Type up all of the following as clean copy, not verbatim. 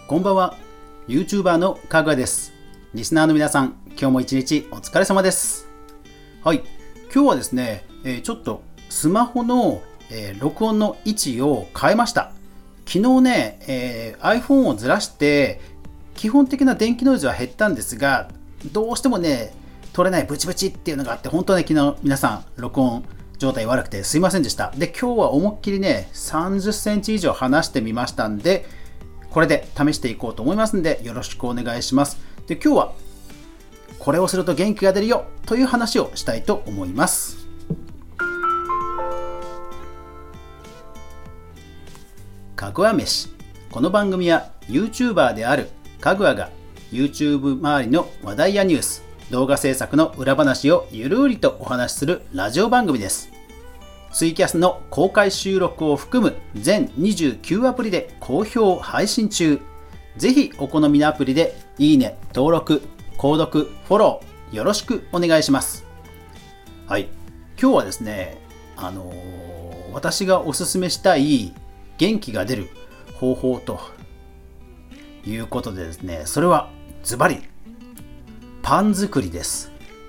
こんばんは。 YouTuber のかぐわです。リスナーの皆さん、今日も一日お疲れ様です。はい、今日はですね、ちょっとスマホの、録音の位置を変えました。昨日ね、iPhone をずらして基本的な電気ノイズは減ったんですが、どうしてもね取れないブチブチっていうのがあって、本当ね昨日皆さん録音状態悪くてすいませんでした。で、今日は思いっきりね30センチ以上離してみましたんで、これで試していこうと思いますんで、よろしくお願いします。で、今日はこれをすると元気が出るよという話をしたいと思います。かぐわ飯。この番組は YouTuber であるかぐわが YouTube 周りの話題やニュース、動画制作の裏話をゆるりとお話しするラジオ番組です。ツイキャスの公開収録を含む全29アプリで好評配信中。ぜひお好みのアプリでいいね、登録、購読、フォローよろしくお願いします。はい、今日はですね、私がおすすめしたい元気が出る方法ということでですね、それはズバリパン作りです。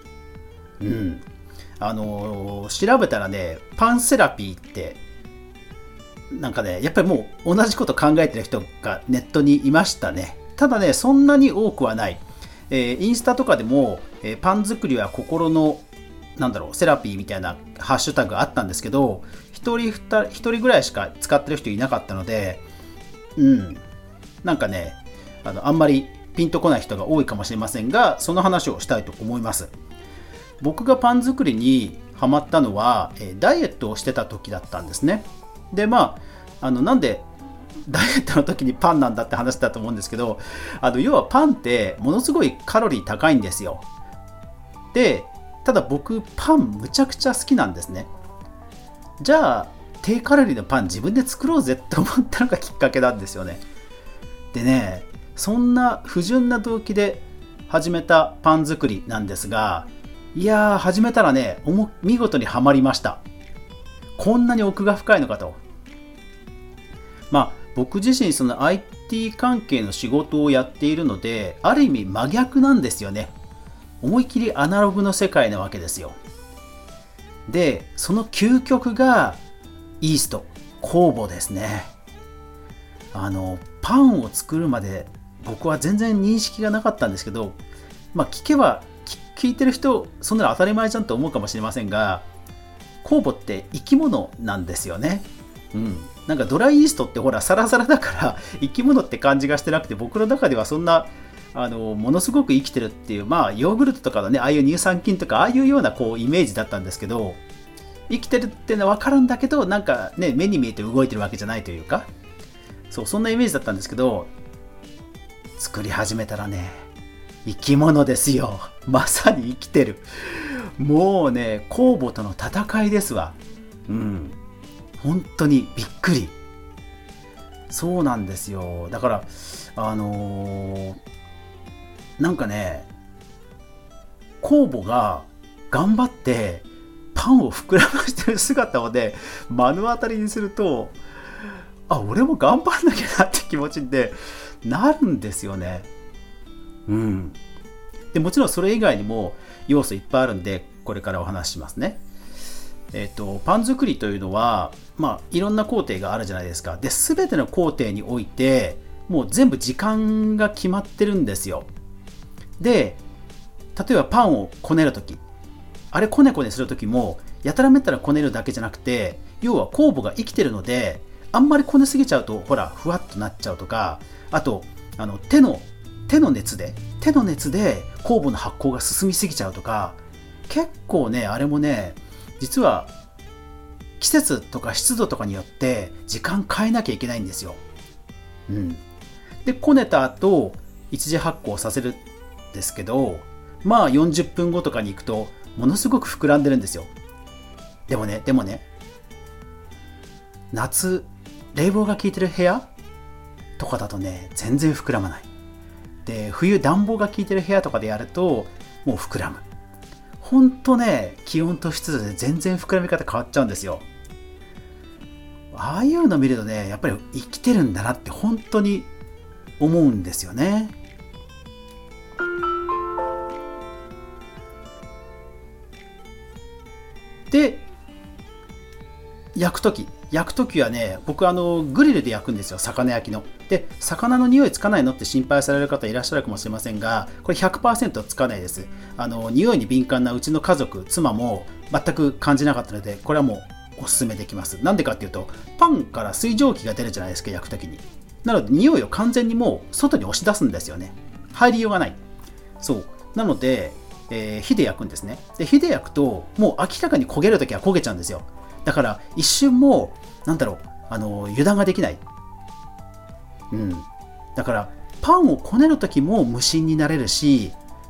調べたらね、パンセラピーってなんかね、やっぱりもう同じこと考えてる人がネットにいましたね。ただね、そんなに多くはない。インスタとかでも、パン作りは心のセラピーみたいなハッシュタグがあったんですけど、一人ぐらいしか使ってる人いなかったので、なんかね、あんまりピンとこない人が多いかもしれませんが、その話をしたいと思います。僕がパン作りにハマったのは、ダイエットをしてた時だったんですね。で、なんでダイエットの時にパンなんだって話だと思うんですけど、要はパンってものすごいカロリー高いんですよ。で、ただ僕パンむちゃくちゃ好きなんですね。じゃあ低カロリーのパン自分で作ろうぜと思ったのがきっかけなんですよね。でね、そんな不純な動機で始めたパン作りなんですが、いやー、始めたらね見事にはまりました。こんなに奥が深いのかと。僕自身その IT 関係の仕事をやっているので、ある意味真逆なんですよね。思いっきりアナログの世界なわけですよ。で、その究極がイースト、酵母ですね。パンを作るまで僕は全然認識がなかったんですけど、聞いてる人そんなの当たり前じゃんと思うかもしれませんが、酵母って生き物なんですよね。なんかドライイーストってほらサラサラだから生き物って感じがしてなくて、僕の中ではそんなものすごく生きてるっていう、ヨーグルトとかのね、ああいう乳酸菌とかああいうようなイメージだったんですけど、生きてるっていうのは分かるんだけど、なんかね、目に見えて動いてるわけじゃないというか、そんなイメージだったんですけど、作り始めたらね、生き物ですよ。まさに生きてる。もうね、酵母との戦いですわ。本当にびっくり。そうなんですよ。だからなんかね、酵母が頑張ってパンを膨らましてる姿をね目の当たりにすると、俺も頑張んなきゃなって気持ちでなるんですよね。でもちろんそれ以外にも要素いっぱいあるんで、これからお話ししますね。パン作りというのは、いろんな工程があるじゃないですか。で、全ての工程においてもう全部時間が決まってるんですよ。で、例えばパンをこねるとき、あれこねこねするときもやたらめったらこねるだけじゃなくて、要は酵母が生きてるので、あんまりこねすぎちゃうとほらふわっとなっちゃうとか、あと手の熱で酵母の発酵が進みすぎちゃうとか、結構ね、あれもね、実は季節とか湿度とかによって時間変えなきゃいけないんですよ。で、こねた後一次発酵させるんですけど、40分後とかに行くとものすごく膨らんでるんですよ。でもね、夏冷房が効いてる部屋とかだとね、全然膨らまない。で、冬暖房が効いてる部屋とかでやるともう膨らむ。ほんとね、気温と湿度で全然膨らみ方変わっちゃうんですよ。ああいうの見るとね、やっぱり生きてるんだなって本当に思うんですよね。で、焼くときはね、僕グリルで焼くんですよ、魚焼きの。で、魚の匂いつかないのって心配される方いらっしゃるかもしれませんが、これ 100% つかないです。匂いに敏感なうちの家族、妻も全く感じなかったので、これはもうおすすめできます。なんでかっていうと、パンから水蒸気が出るじゃないですか、焼くときに。なので、匂いを完全にもう外に押し出すんですよね。入りようがない。そう。なので、火で焼くんですね。で、火で焼くと、もう明らかに焦げるときは焦げちゃうんですよ。だから一瞬も油断ができない。だからパンをこねるときも無心になれるし、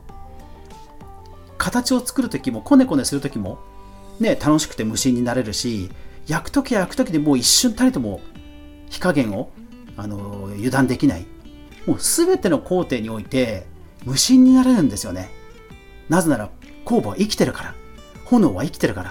形を作るときもこねこねするときもね、楽しくて無心になれるし、焼くときでもう一瞬たりとも火加減を油断できない。もうすべての工程において無心になれるんですよね。なぜなら酵母は生きてるから、炎は生きてるから。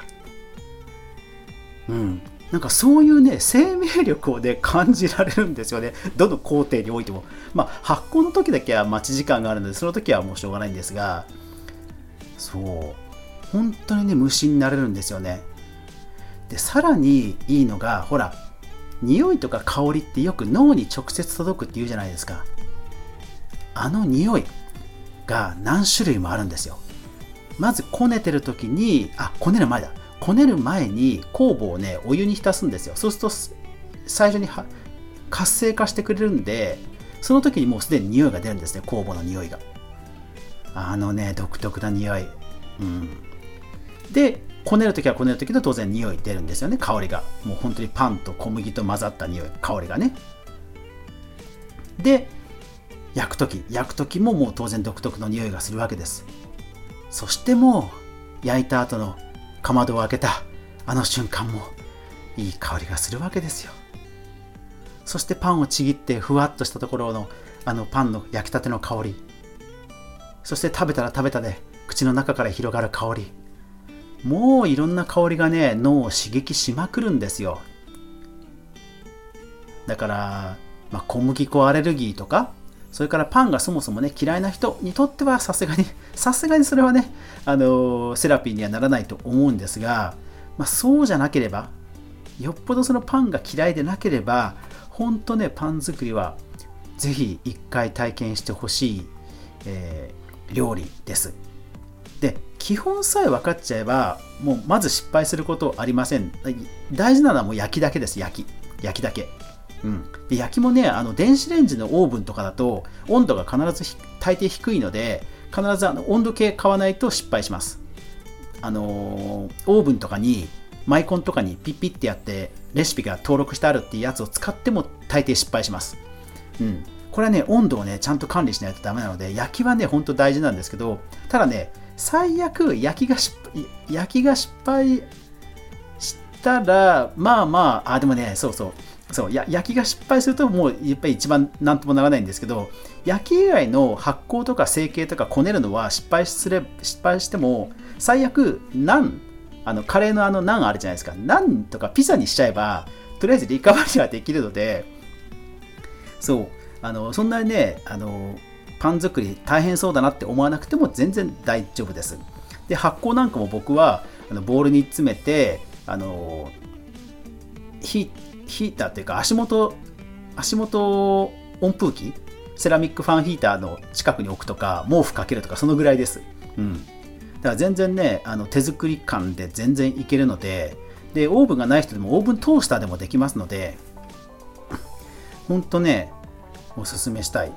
なんかそういうね、生命力をね、感じられるんですよね。どの工程においても。発酵の時だけは待ち時間があるので、その時はもうしょうがないんですが、そう、本当にね、無心になれるんですよね。で、さらにいいのが、ほら、匂いとか香りってよく脳に直接届くって言うじゃないですか。あの匂いが何種類もあるんですよ。まずこねてる時に、こねる前に酵母をね、お湯に浸すんですよ。そうすると最初に活性化してくれるんで、その時にもうすでに匂いが出るんですね、酵母の匂いが。独特な匂い。で、こねる時はこねる時と当然匂い出るんですよね、香りが。もう本当にパンと小麦と混ざった匂い、香りがね。で、焼く時ももう当然独特の匂いがするわけです。そしてもう焼いた後のかまどを開けたあの瞬間もいい香りがするわけですよ。そしてパンをちぎってふわっとしたところのパンの焼きたての香り、そして食べたら食べたで口の中から広がる香り、もういろんな香りがね、脳を刺激しまくるんですよ。だから、小麦粉アレルギーとか、それからパンがそもそもね、嫌いな人にとってはさすがにそれはね、セラピーにはならないと思うんですが、そうじゃなければ、よっぽどそのパンが嫌いでなければ、本当ね、パン作りはぜひ一回体験してほしい、料理です。で、基本さえ分かっちゃえば、もうまず失敗することありません。大事なのはもう焼きだけです。焼きだけ。で、焼きもね、電子レンジのオーブンとかだと温度が必ず大抵低いので、必ず温度計買わないと失敗します。オーブンとかにマイコンとかにピッピッてやってレシピが登録してあるっていうやつを使っても大抵失敗します。これはね、温度をねちゃんと管理しないとダメなので、焼きはね本当大事なんですけど、ただね、最悪焼きが失敗したらでもね、焼きが失敗するともうやっぱり一番なんともならないんですけど、焼き以外の発酵とか成形とかこねるのは失敗しても最悪ナン、カレーのナンあるじゃないですか、ナンとかピザにしちゃえばとりあえずリカバリーはできるので、そんなにねパン作り大変そうだなって思わなくても全然大丈夫です。で、発酵なんかも僕はボウルに詰めてヒーターというか足元温風機、セラミックファンヒーターの近くに置くとか、毛布かけるとか、そのぐらいです。だから全然ね、手作り感で全然いけるので、で、オーブンがない人でもオーブントースターでもできますので、ほんとね、おすすめしたい。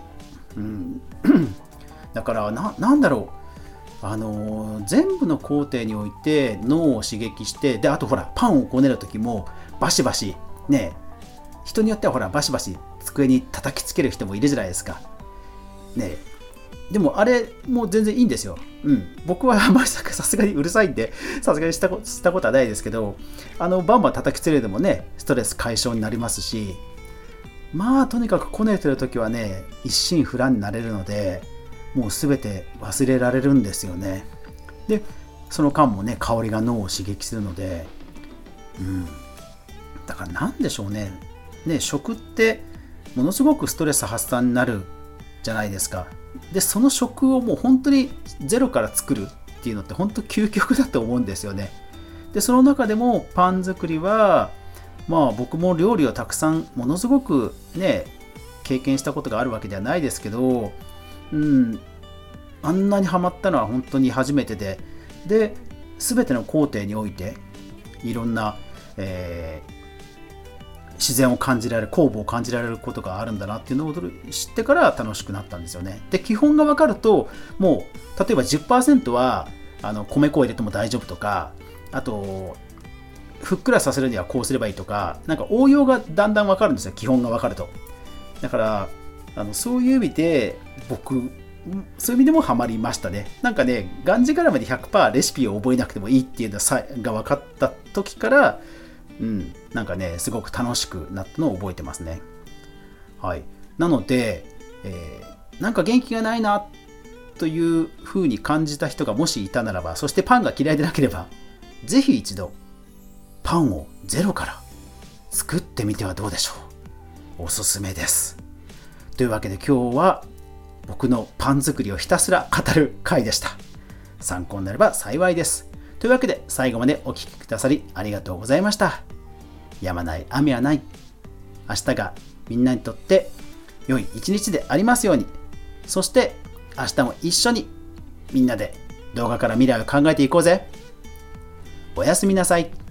だからなんだろう、全部の工程において脳を刺激して、で、あとほら、パンをこねるときもバシバシね、人によってはほらバシバシ机に叩きつける人もいるじゃないですか。ね、でもあれもう全然いいんですよ。僕はあんまりさすがにうるさいんで、さすがにしたことはないですけど、バンバン叩きつけるでもね、ストレス解消になりますし、とにかくこねてるときはね、一心不乱になれるので、もうすべて忘れられるんですよね。で、その間もね、香りが脳を刺激するので、だからなんでしょうね。食ってものすごくストレス発散になるじゃないですか。でその食をもう本当にゼロから作るっていうのって本当究極だと思うんですよね。でその中でもパン作りは僕も料理をたくさんものすごくね経験したことがあるわけではないですけど、あんなにハマったのは本当に初めてで、全ての工程においていろんな、自然を感じられる、酵母を感じられることがあるんだなっていうのを知ってから楽しくなったんですよね。で基本が分かると、もう例えば 10% は米粉を入れても大丈夫とか、あとふっくらさせるにはこうすればいいとか、なんか応用がだんだん分かるんですよ、基本が分かると。だからそういう意味でそういう意味でもハマりましたね。なんかね、がんじがらめで 100% レシピを覚えなくてもいいっていうのが分かった時から、なんかね、すごく楽しくなったのを覚えてますね。はい。なので、なんか元気がないなという風に感じた人がもしいたならば、そしてパンが嫌いでなければ、ぜひ一度パンをゼロから作ってみてはどうでしょう。おすすめです。というわけで今日は僕のパン作りをひたすら語る回でした。参考になれば幸いです。というわけで最後までお聞きくださりありがとうございました。やまない雨はない。明日がみんなにとって良い一日でありますように。そして明日も一緒にみんなで動画から未来を考えていこうぜ。おやすみなさい。